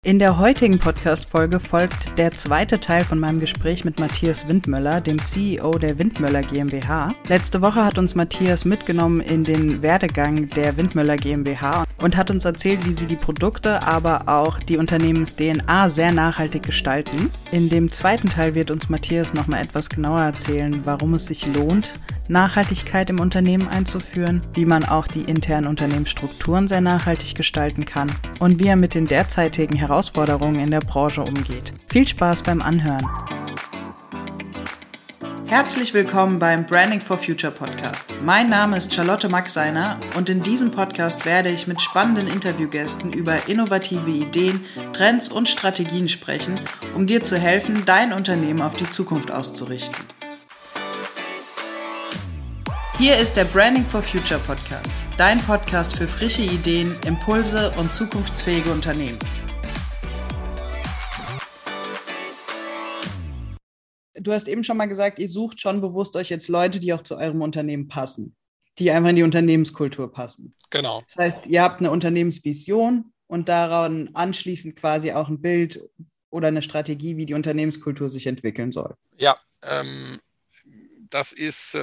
In der heutigen Podcast-Folge folgt der zweite Teil von meinem Gespräch mit Matthias Windmöller, dem CEO der Windmöller GmbH. Letzte Woche hat uns Matthias mitgenommen in den Werdegang der Windmöller GmbH und hat uns erzählt, wie sie die Produkte, aber auch die Unternehmens-DNA sehr nachhaltig gestalten. In dem zweiten Teil wird uns Matthias nochmal etwas genauer erzählen, warum es sich lohnt, Nachhaltigkeit im Unternehmen einzuführen, wie man auch die internen Unternehmensstrukturen sehr nachhaltig gestalten kann und wie er mit den derzeitigen Herausforderungen in der Branche umgeht. Viel Spaß beim Anhören. Herzlich willkommen beim Branding for Future Podcast. Mein Name ist Charlotte Maxeiner und in diesem Podcast werde ich mit spannenden Interviewgästen über innovative Ideen, Trends und Strategien sprechen, um dir zu helfen, dein Unternehmen auf die Zukunft auszurichten. Hier ist der Branding for Future Podcast, dein Podcast für frische Ideen, Impulse und zukunftsfähige Unternehmen. Du hast eben schon mal gesagt, ihr sucht schon bewusst euch jetzt Leute, die auch zu eurem Unternehmen passen, die einfach in die Unternehmenskultur passen. Genau. Das heißt, ihr habt eine Unternehmensvision und daran anschließend quasi auch ein Bild oder eine Strategie, wie die Unternehmenskultur sich entwickeln soll. Ja, das ist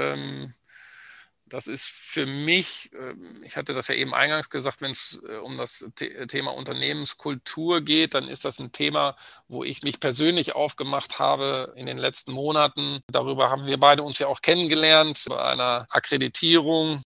für mich, ich hatte das ja eben eingangs gesagt, wenn es um das Thema Unternehmenskultur geht, dann ist das ein Thema, wo ich mich persönlich aufgemacht habe in den letzten Monaten. Darüber haben wir beide uns ja auch kennengelernt bei einer Akkreditierung,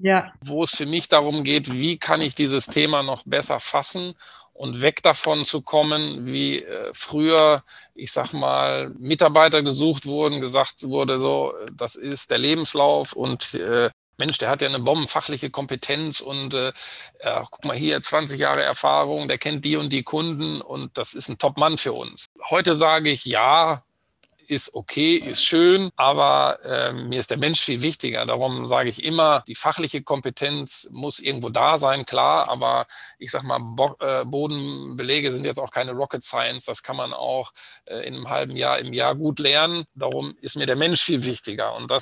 wo es für mich darum geht, wie kann ich dieses Thema noch besser fassen und weg davon zu kommen, wie früher, ich sag mal, Mitarbeiter gesucht wurden, gesagt wurde, so, das ist der Lebenslauf und Mensch, der hat ja eine bombenfachliche Kompetenz und guck mal hier, 20 Jahre Erfahrung, der kennt die und die Kunden und das ist ein Top-Mann für uns. Heute sage ich, ja, ist okay, ist schön, aber mir ist der Mensch viel wichtiger. Darum sage ich immer, die fachliche Kompetenz muss irgendwo da sein, klar, aber ich sag mal, Bodenbelege sind jetzt auch keine Rocket Science, das kann man auch in einem halben Jahr, im Jahr gut lernen. Darum ist mir der Mensch viel wichtiger und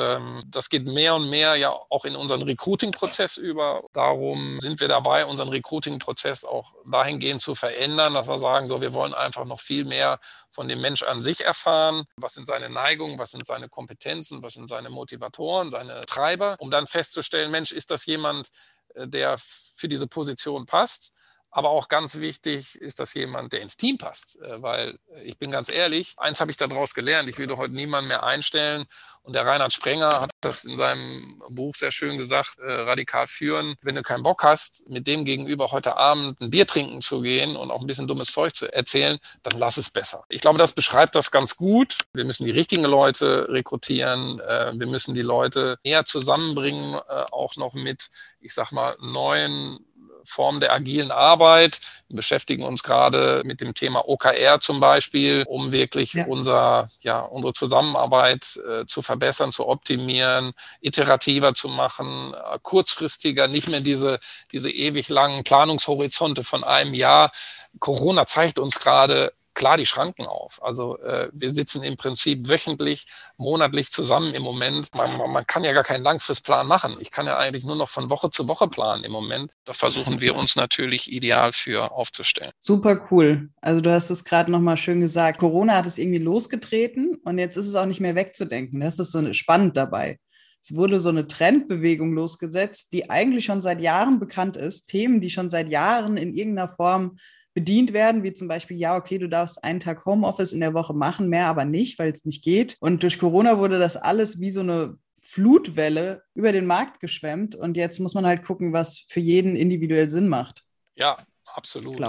das geht mehr und mehr ja auch in unseren Recruiting-Prozess über. Darum sind wir dabei, unseren Recruiting-Prozess auch dahingehend zu verändern, dass wir sagen, so, wir wollen einfach noch viel mehr von dem Mensch an sich erfahren. Was sind seine Neigungen, was sind seine Kompetenzen, was sind seine Motivatoren, seine Treiber, um dann festzustellen, Mensch, ist das jemand, der für diese Position passt? Aber auch ganz wichtig, ist das jemand, der ins Team passt. Weil ich bin ganz ehrlich, eins habe ich daraus gelernt, ich will heute niemanden mehr einstellen. Und der Reinhard Sprenger hat das in seinem Buch sehr schön gesagt, radikal führen. Wenn du keinen Bock hast, mit dem gegenüber heute Abend ein Bier trinken zu gehen und auch ein bisschen dummes Zeug zu erzählen, dann lass es besser. Ich glaube, das beschreibt das ganz gut. Wir müssen die richtigen Leute rekrutieren. Wir müssen die Leute eher zusammenbringen, auch noch mit, ich sag mal, neuen Form der agilen Arbeit. Wir beschäftigen uns gerade mit dem Thema OKR zum Beispiel, um wirklich unsere Zusammenarbeit zu verbessern, zu optimieren, iterativer zu machen, kurzfristiger, nicht mehr diese ewig langen Planungshorizonte von einem Jahr. Corona zeigt uns gerade klar die Schranken auf. Also wir sitzen im Prinzip wöchentlich, monatlich zusammen im Moment. Man kann ja gar keinen Langfristplan machen. Ich kann ja eigentlich nur noch von Woche zu Woche planen im Moment. Da versuchen wir uns natürlich ideal für aufzustellen. Super cool. Also du hast es gerade nochmal schön gesagt. Corona hat es irgendwie losgetreten und jetzt ist es auch nicht mehr wegzudenken. Das ist so spannend dabei. Es wurde so eine Trendbewegung losgesetzt, die eigentlich schon seit Jahren bekannt ist. Themen, die schon seit Jahren in irgendeiner Form bedient werden, wie zum Beispiel, ja, okay, du darfst einen Tag Homeoffice in der Woche machen, mehr aber nicht, weil es nicht geht. Und durch Corona wurde das alles wie so eine Flutwelle über den Markt geschwemmt und jetzt muss man halt gucken, was für jeden individuell Sinn macht. Ja, absolut.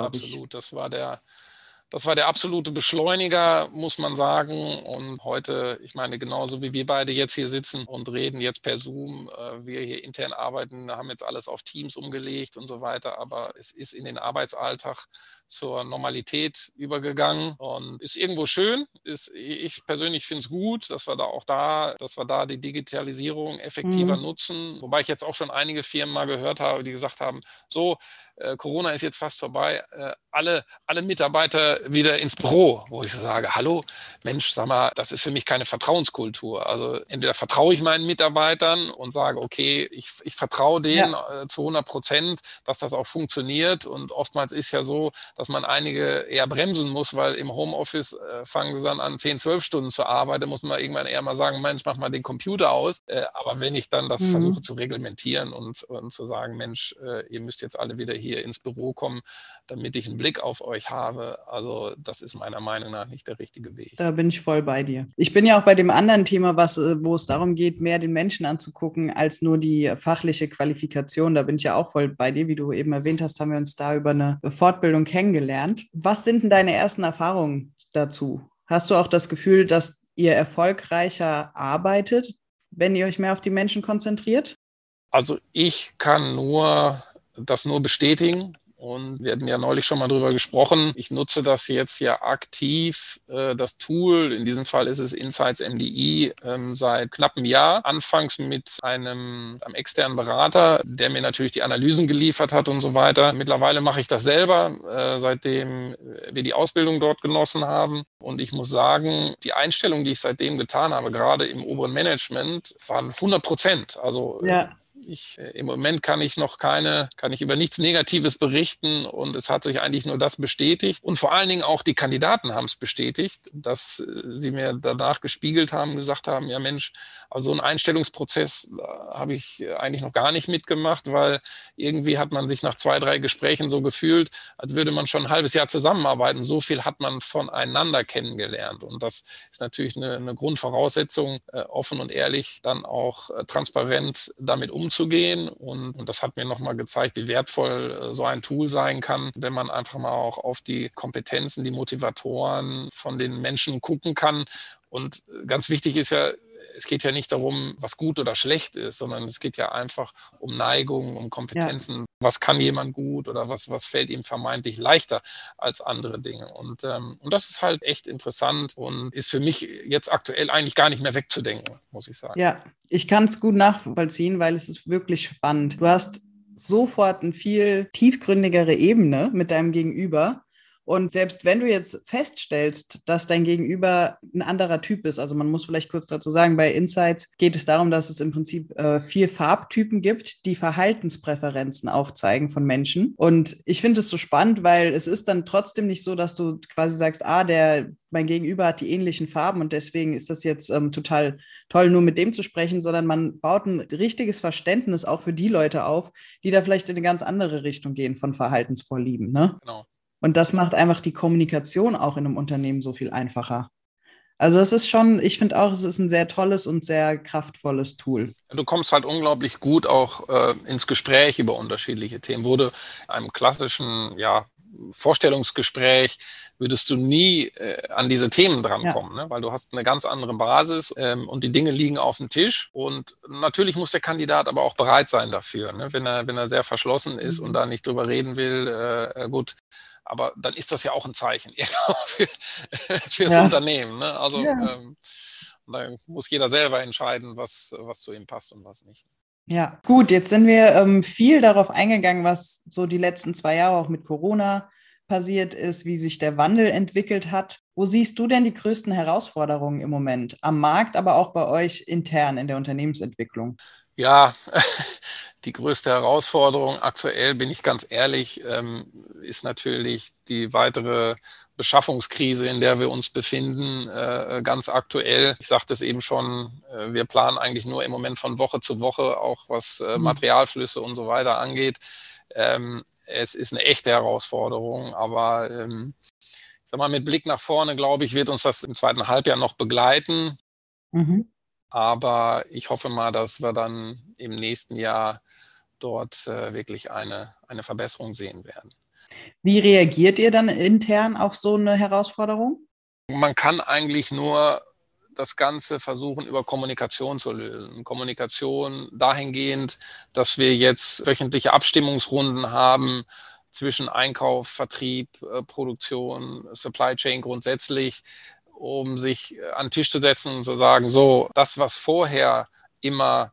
Das war der absolute Beschleuniger, muss man sagen. Und heute, ich meine, genauso wie wir beide jetzt hier sitzen und reden jetzt per Zoom, wir hier intern arbeiten, haben jetzt alles auf Teams umgelegt und so weiter. Aber es ist in den Arbeitsalltag zur Normalität übergegangen und ist irgendwo schön. Ich persönlich finde es gut, dass wir da die Digitalisierung effektiver nutzen. Wobei ich jetzt auch schon einige Firmen mal gehört habe, die gesagt haben, so, Corona ist jetzt fast vorbei, alle Mitarbeiter wieder ins Büro, wo ich sage, hallo, Mensch, sag mal, das ist für mich keine Vertrauenskultur. Also entweder vertraue ich meinen Mitarbeitern und sage, okay, ich vertraue denen zu 100%, dass das auch funktioniert. Und oftmals ist ja so, dass man einige eher bremsen muss, weil im Homeoffice fangen sie dann an, 10, 12 Stunden zu arbeiten. Da muss man irgendwann eher mal sagen, Mensch, mach mal den Computer aus. Aber wenn ich dann das versuche zu reglementieren und zu sagen, Mensch, ihr müsst jetzt alle wieder hier ins Büro kommen, damit ich einen Blick auf euch habe. Also das ist meiner Meinung nach nicht der richtige Weg. Da bin ich voll bei dir. Ich bin ja auch bei dem anderen Thema, wo es darum geht, mehr den Menschen anzugucken, als nur die fachliche Qualifikation. Da bin ich ja auch voll bei dir. Wie du eben erwähnt hast, haben wir uns da über eine Fortbildung kennengelernt. Was sind denn deine ersten Erfahrungen dazu? Hast du auch das Gefühl, dass ihr erfolgreicher arbeitet, wenn ihr euch mehr auf die Menschen konzentriert? Also ich kann das nur bestätigen. Und wir hatten ja neulich schon mal drüber gesprochen. Ich nutze das jetzt ja aktiv, das Tool. In diesem Fall ist es Insights MDI seit knapp einem Jahr. Anfangs mit einem externen Berater, der mir natürlich die Analysen geliefert hat und so weiter. Mittlerweile mache ich das selber, seitdem wir die Ausbildung dort genossen haben. Und ich muss sagen, die Einstellung, die ich seitdem getan habe, gerade im oberen Management, waren 100%. Also ja. Im Moment kann ich über nichts Negatives berichten und es hat sich eigentlich nur das bestätigt. Und vor allen Dingen auch die Kandidaten haben es bestätigt, dass sie mir danach gespiegelt haben, gesagt haben, ja Mensch, also so einen Einstellungsprozess habe ich eigentlich noch gar nicht mitgemacht, weil irgendwie hat man sich nach 2, 3 Gesprächen so gefühlt, als würde man schon ein halbes Jahr zusammenarbeiten. So viel hat man voneinander kennengelernt. Und das ist natürlich eine Grundvoraussetzung, offen und ehrlich dann auch transparent damit umzugehen. Und das hat mir nochmal gezeigt, wie wertvoll so ein Tool sein kann, wenn man einfach mal auch auf die Kompetenzen, die Motivatoren von den Menschen gucken kann. Und ganz wichtig ist ja, es geht ja nicht darum, was gut oder schlecht ist, sondern es geht ja einfach um Neigungen, um Kompetenzen. Ja. Was kann jemand gut oder was fällt ihm vermeintlich leichter als andere Dinge? Und das ist halt echt interessant und ist für mich jetzt aktuell eigentlich gar nicht mehr wegzudenken, muss ich sagen. Ja, ich kann es gut nachvollziehen, weil es ist wirklich spannend. Du hast sofort eine viel tiefgründigere Ebene mit deinem Gegenüber. Und selbst wenn du jetzt feststellst, dass dein Gegenüber ein anderer Typ ist, also man muss vielleicht kurz dazu sagen, bei Insights geht es darum, dass es im Prinzip 4 Farbtypen gibt, die Verhaltenspräferenzen aufzeigen von Menschen. Und ich finde es so spannend, weil es ist dann trotzdem nicht so, dass du quasi sagst, mein Gegenüber hat die ähnlichen Farben und deswegen ist das jetzt total toll, nur mit dem zu sprechen, sondern man baut ein richtiges Verständnis auch für die Leute auf, die da vielleicht in eine ganz andere Richtung gehen von Verhaltensvorlieben, ne? Genau. Und das macht einfach die Kommunikation auch in einem Unternehmen so viel einfacher. Also ich finde auch, es ist ein sehr tolles und sehr kraftvolles Tool. Du kommst halt unglaublich gut auch ins Gespräch über unterschiedliche Themen. Wurde einem klassischen, Vorstellungsgespräch würdest du nie an diese Themen drankommen, ne? Weil du hast eine ganz andere Basis und die Dinge liegen auf dem Tisch. Und natürlich muss der Kandidat aber auch bereit sein dafür, ne? Wenn er sehr verschlossen ist und da nicht drüber reden will, gut. Aber dann ist das ja auch ein Zeichen fürs Unternehmen. Ne? Also da muss jeder selber entscheiden, was zu ihm passt und was nicht. Ja, gut, jetzt sind wir viel darauf eingegangen, was so die letzten 2 Jahre auch mit Corona passiert ist, wie sich der Wandel entwickelt hat. Wo siehst du denn die größten Herausforderungen im Moment? Am Markt, aber auch bei euch intern in der Unternehmensentwicklung? Ja, die größte Herausforderung aktuell, bin ich ganz ehrlich, ist natürlich die weitere Beschaffungskrise, in der wir uns befinden, ganz aktuell. Ich sagte es eben schon, wir planen eigentlich nur im Moment von Woche zu Woche, auch was Materialflüsse und so weiter angeht. Es ist eine echte Herausforderung, aber ich sag mal, mit Blick nach vorne, glaube ich, wird uns das im zweiten Halbjahr noch begleiten. Aber ich hoffe mal, dass wir dann im nächsten Jahr dort wirklich eine Verbesserung sehen werden. Wie reagiert ihr dann intern auf so eine Herausforderung? Man kann eigentlich nur das Ganze versuchen, über Kommunikation zu lösen. Kommunikation dahingehend, dass wir jetzt wöchentliche Abstimmungsrunden haben zwischen Einkauf, Vertrieb, Produktion, Supply Chain grundsätzlich, um sich an den Tisch zu setzen und zu sagen, so, das, was vorher immer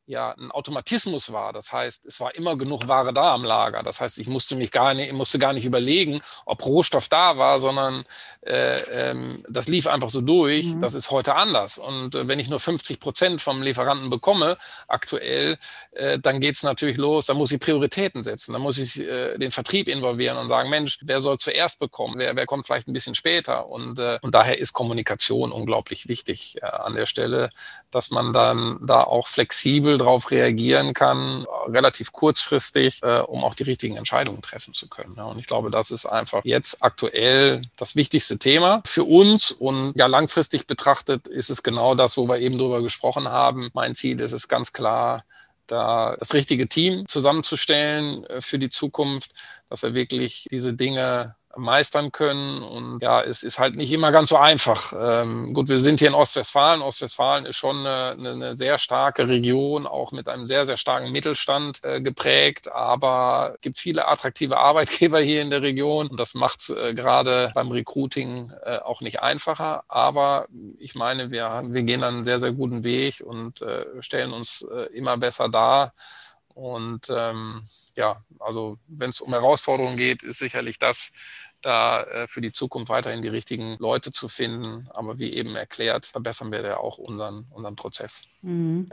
ja ein Automatismus war. Das heißt, es war immer genug Ware da am Lager. Das heißt, ich musste gar nicht überlegen, ob Rohstoff da war, sondern das lief einfach so durch. Das ist heute anders. Und wenn ich nur 50% vom Lieferanten bekomme, aktuell, dann geht es natürlich los. Dann muss ich Prioritäten setzen. Dann muss ich den Vertrieb involvieren und sagen, Mensch, wer soll zuerst bekommen? Wer kommt vielleicht ein bisschen später? Und daher ist Kommunikation unglaublich wichtig an der Stelle, dass man dann da auch flexibel darauf reagieren kann, relativ kurzfristig, um auch die richtigen Entscheidungen treffen zu können. Ja, und ich glaube, das ist einfach jetzt aktuell das wichtigste Thema für uns. Und ja, langfristig betrachtet ist es genau das, wo wir eben drüber gesprochen haben. Mein Ziel ist es ganz klar, da das richtige Team zusammenzustellen für die Zukunft, dass wir wirklich diese Dinge meistern können. Und ja, es ist halt nicht immer ganz so einfach. Gut, wir sind hier in Ostwestfalen. Ostwestfalen ist schon eine sehr starke Region, auch mit einem sehr, sehr starken Mittelstand geprägt. Aber es gibt viele attraktive Arbeitgeber hier in der Region. Und das macht es gerade beim Recruiting auch nicht einfacher. Aber ich meine, wir gehen einen sehr, sehr guten Weg und stellen uns immer besser dar. Und ja, also wenn es um Herausforderungen geht, ist sicherlich das, da für die Zukunft weiterhin die richtigen Leute zu finden. Aber wie eben erklärt, verbessern wir da auch unseren Prozess. Mhm.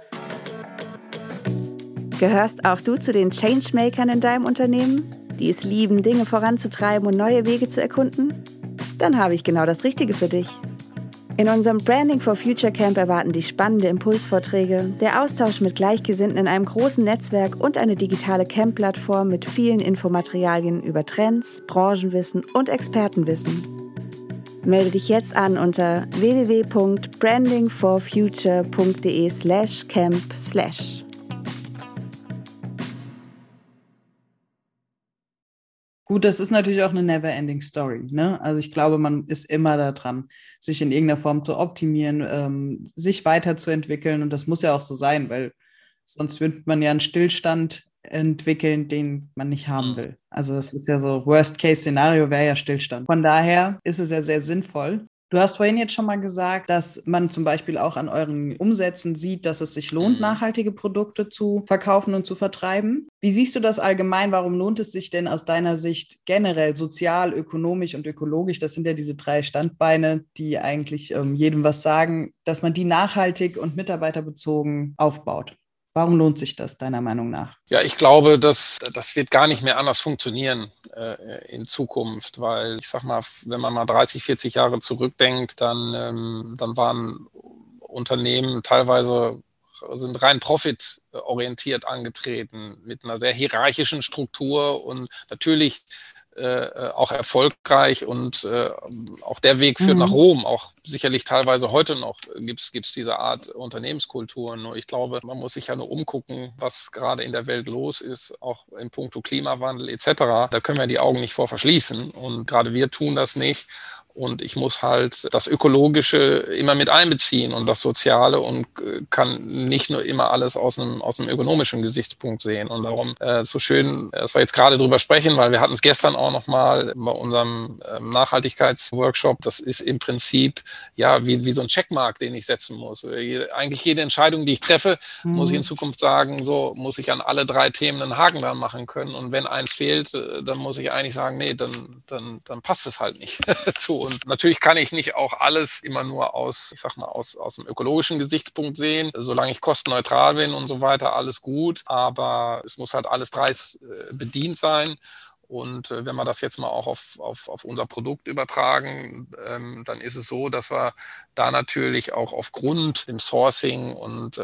Gehörst auch du zu den Changemakern in deinem Unternehmen, die es lieben, Dinge voranzutreiben und neue Wege zu erkunden? Dann habe ich genau das Richtige für dich. In unserem Branding for Future Camp erwarten dich spannende Impulsvorträge, der Austausch mit Gleichgesinnten in einem großen Netzwerk und eine digitale Camp-Plattform mit vielen Infomaterialien über Trends, Branchenwissen und Expertenwissen. Melde dich jetzt an unter www.brandingforfuture.de/camp/. Gut, das ist natürlich auch eine never-ending Story, ne? Also ich glaube, man ist immer da dran, sich in irgendeiner Form zu optimieren, sich weiterzuentwickeln. Und das muss ja auch so sein, weil sonst wird man ja einen Stillstand entwickeln, den man nicht haben will. Also das ist ja so, Worst-Case-Szenario wäre ja Stillstand. Von daher ist es ja sehr sinnvoll. Du hast vorhin jetzt schon mal gesagt, dass man zum Beispiel auch an euren Umsätzen sieht, dass es sich lohnt, nachhaltige Produkte zu verkaufen und zu vertreiben. Wie siehst du das allgemein? Warum lohnt es sich denn aus deiner Sicht generell sozial, ökonomisch und ökologisch? Das sind ja diese 3 Standbeine, die eigentlich jedem was sagen, dass man die nachhaltig und mitarbeiterbezogen aufbaut. Warum lohnt sich das deiner Meinung nach? Ja, ich glaube, das wird gar nicht mehr anders funktionieren in Zukunft, weil ich sag mal, wenn man mal 30, 40 Jahre zurückdenkt, dann waren Unternehmen teilweise sind rein profitorientiert angetreten mit einer sehr hierarchischen Struktur und natürlich auch erfolgreich und auch der Weg führt nach Rom. Auch sicherlich teilweise heute noch gibt's diese Art Unternehmenskulturen. Nur ich glaube, man muss sich ja nur umgucken, was gerade in der Welt los ist, auch in puncto Klimawandel etc. Da können wir die Augen nicht vor verschließen und gerade wir tun das nicht. Und ich muss halt das Ökologische immer mit einbeziehen und das Soziale und kann nicht nur immer alles aus einem ökonomischen Gesichtspunkt sehen. Und darum so schön, dass wir jetzt gerade drüber sprechen, weil wir hatten es gestern auch nochmal bei unserem Nachhaltigkeitsworkshop. Das ist im Prinzip ja wie so ein Checkmark, den ich setzen muss. Eigentlich jede Entscheidung, die ich treffe, muss ich in Zukunft sagen, so muss ich an alle 3 Themen einen Haken dran machen können. Und wenn eins fehlt, dann muss ich eigentlich sagen, nee, dann passt es halt nicht zu. Und natürlich kann ich nicht auch alles immer nur aus dem ökologischen Gesichtspunkt sehen. Solange ich kostenneutral bin und so weiter, alles gut. Aber es muss halt alles 3 bedient sein. Und wenn wir das jetzt mal auch auf unser Produkt übertragen, dann ist es so, dass wir da natürlich auch aufgrund dem Sourcing und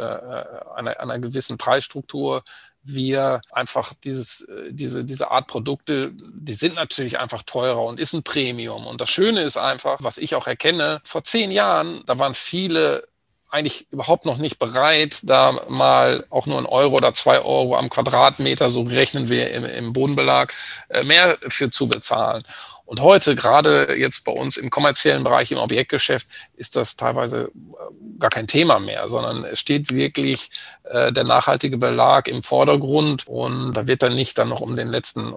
einer gewissen Preisstruktur wir einfach diese Art Produkte, die sind natürlich einfach teurer und ist ein Premium. Und das Schöne ist einfach, was ich auch erkenne, vor 10 Jahren, da waren viele eigentlich überhaupt noch nicht bereit, da mal auch nur 1 Euro oder 2 Euro am Quadratmeter, so rechnen wir im Bodenbelag, mehr für zu bezahlen. Und heute, gerade jetzt bei uns im kommerziellen Bereich, im Objektgeschäft, ist das teilweise gar kein Thema mehr, sondern es steht wirklich der nachhaltige Belag im Vordergrund und da wird dann nicht dann noch um den letzten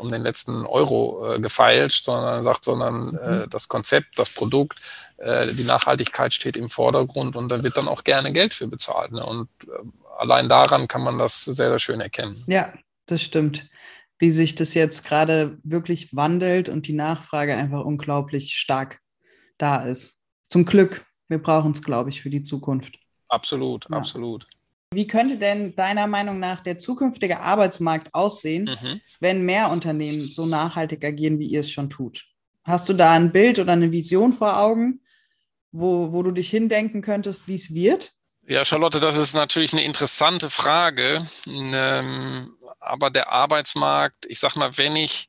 Euro gefeilscht, sondern das Konzept, das Produkt, die Nachhaltigkeit steht im Vordergrund und da wird dann auch gerne Geld für bezahlt. Ne? Und allein daran kann man das sehr, sehr schön erkennen. Ja, das stimmt. Wie sich das jetzt gerade wirklich wandelt und die Nachfrage einfach unglaublich stark da ist. Zum Glück. Wir brauchen es, glaube ich, für die Zukunft. Absolut, ja. Absolut. Wie könnte denn deiner Meinung nach der zukünftige Arbeitsmarkt aussehen, wenn mehr Unternehmen so nachhaltig agieren, wie ihr es schon tut? Hast du da ein Bild oder eine Vision vor Augen, wo du dich hindenken könntest, wie es wird? Ja, Charlotte, das ist natürlich eine interessante Frage. Aber der Arbeitsmarkt, ich sag mal, wenn ich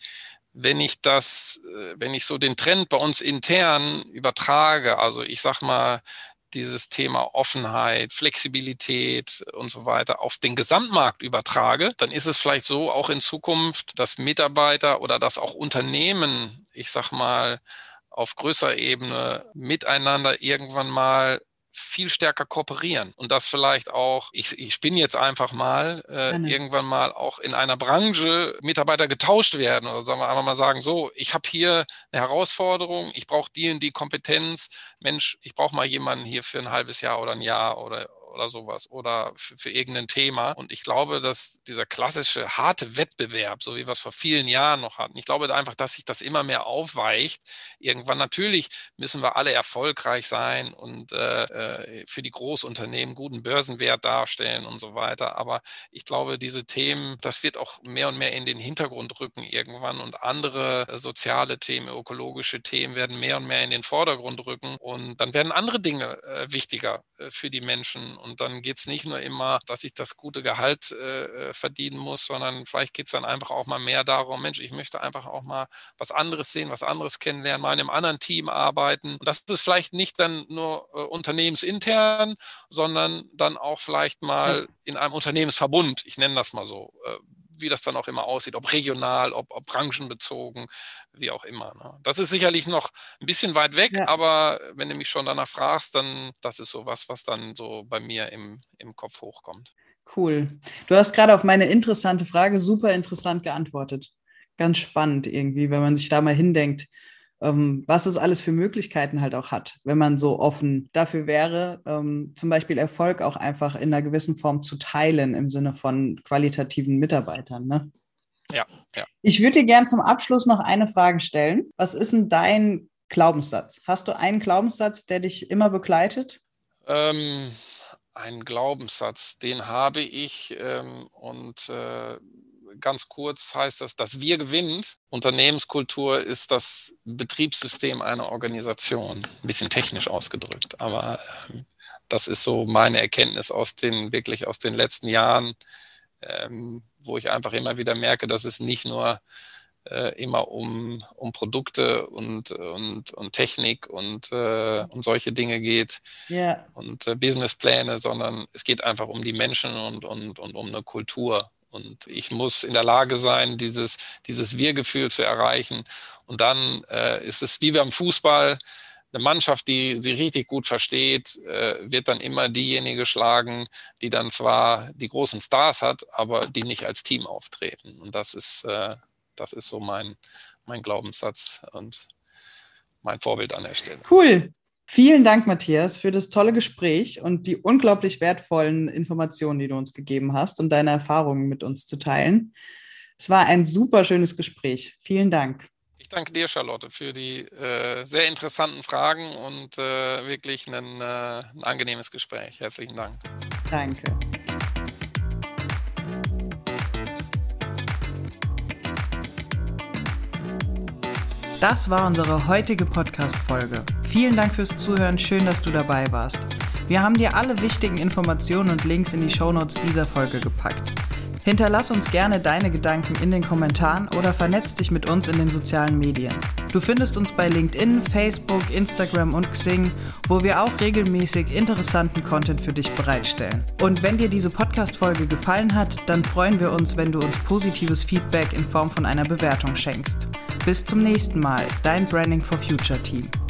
so den Trend bei uns intern übertrage, also ich sag mal, dieses Thema Offenheit, Flexibilität und so weiter auf den Gesamtmarkt übertrage, dann ist es vielleicht so auch in Zukunft, dass Mitarbeiter oder dass auch Unternehmen, ich sag mal, auf größerer Ebene miteinander irgendwann mal viel stärker kooperieren und das vielleicht auch, ich spinne jetzt einfach mal, irgendwann mal auch in einer Branche Mitarbeiter getauscht werden oder sagen wir einfach mal sagen, so, ich habe hier eine Herausforderung, ich brauche die und die Kompetenz, Mensch, ich brauche mal jemanden hier für ein halbes Jahr oder ein Jahr oder sowas oder für irgendein Thema. Und ich glaube, dass dieser klassische harte Wettbewerb, so wie wir es vor vielen Jahren noch hatten, ich glaube einfach, dass sich das immer mehr aufweicht. Irgendwann natürlich müssen wir alle erfolgreich sein und für die Großunternehmen guten Börsenwert darstellen und so weiter. Aber ich glaube, diese Themen, das wird auch mehr und mehr in den Hintergrund rücken irgendwann und andere soziale Themen, ökologische Themen werden mehr und mehr in den Vordergrund rücken und dann werden andere Dinge wichtiger für die Menschen. Und dann geht es nicht nur immer, dass ich das gute Gehalt verdienen muss, sondern vielleicht geht es dann einfach auch mal mehr darum, Mensch, ich möchte einfach auch mal was anderes sehen, was anderes kennenlernen, mal in einem anderen Team arbeiten. Und das ist vielleicht nicht dann nur unternehmensintern, sondern dann auch vielleicht mal in einem Unternehmensverbund, ich nenne das mal so, wie das dann auch immer aussieht, ob regional, ob branchenbezogen, wie auch immer. Ne? Das ist sicherlich noch ein bisschen weit weg, aber wenn du mich schon danach fragst, dann das ist so was dann so bei mir im Kopf hochkommt. Cool. Du hast gerade auf meine interessante Frage super interessant geantwortet. Ganz spannend irgendwie, wenn man sich da mal hindenkt, was es alles für Möglichkeiten halt auch hat, wenn man so offen dafür wäre, zum Beispiel Erfolg auch einfach in einer gewissen Form zu teilen im Sinne von qualitativen Mitarbeitern. Ne? Ja. Ich würde dir gern zum Abschluss noch eine Frage stellen. Was ist denn dein Glaubenssatz? Hast du einen Glaubenssatz, der dich immer begleitet? Einen Glaubenssatz, den habe ich ganz kurz heißt das Wir gewinnt. Unternehmenskultur ist das Betriebssystem einer Organisation. Ein bisschen technisch ausgedrückt, aber das ist so meine Erkenntnis aus den letzten Jahren, wo ich einfach immer wieder merke, dass es nicht nur immer um Produkte und Technik und solche Dinge geht und Businesspläne, sondern es geht einfach um die Menschen und um eine Kultur. Und ich muss in der Lage sein, dieses Wir-Gefühl zu erreichen. Und dann ist es wie beim Fußball, eine Mannschaft, die sie richtig gut versteht, wird dann immer diejenige schlagen, die dann zwar die großen Stars hat, aber die nicht als Team auftreten. Und das ist so mein Glaubenssatz und mein Vorbild an der Stelle. Cool. Vielen Dank, Matthias, für das tolle Gespräch und die unglaublich wertvollen Informationen, die du uns gegeben hast und deine Erfahrungen mit uns zu teilen. Es war ein super schönes Gespräch. Vielen Dank. Ich danke dir, Charlotte, für die sehr interessanten Fragen und wirklich ein angenehmes Gespräch. Herzlichen Dank. Danke. Das war unsere heutige Podcast-Folge. Vielen Dank fürs Zuhören, schön, dass du dabei warst. Wir haben dir alle wichtigen Informationen und Links in die Shownotes dieser Folge gepackt. Hinterlass uns gerne deine Gedanken in den Kommentaren oder vernetz dich mit uns in den sozialen Medien. Du findest uns bei LinkedIn, Facebook, Instagram und Xing, wo wir auch regelmäßig interessanten Content für dich bereitstellen. Und wenn dir diese Podcast-Folge gefallen hat, dann freuen wir uns, wenn du uns positives Feedback in Form von einer Bewertung schenkst. Bis zum nächsten Mal, dein Branding for Future Team.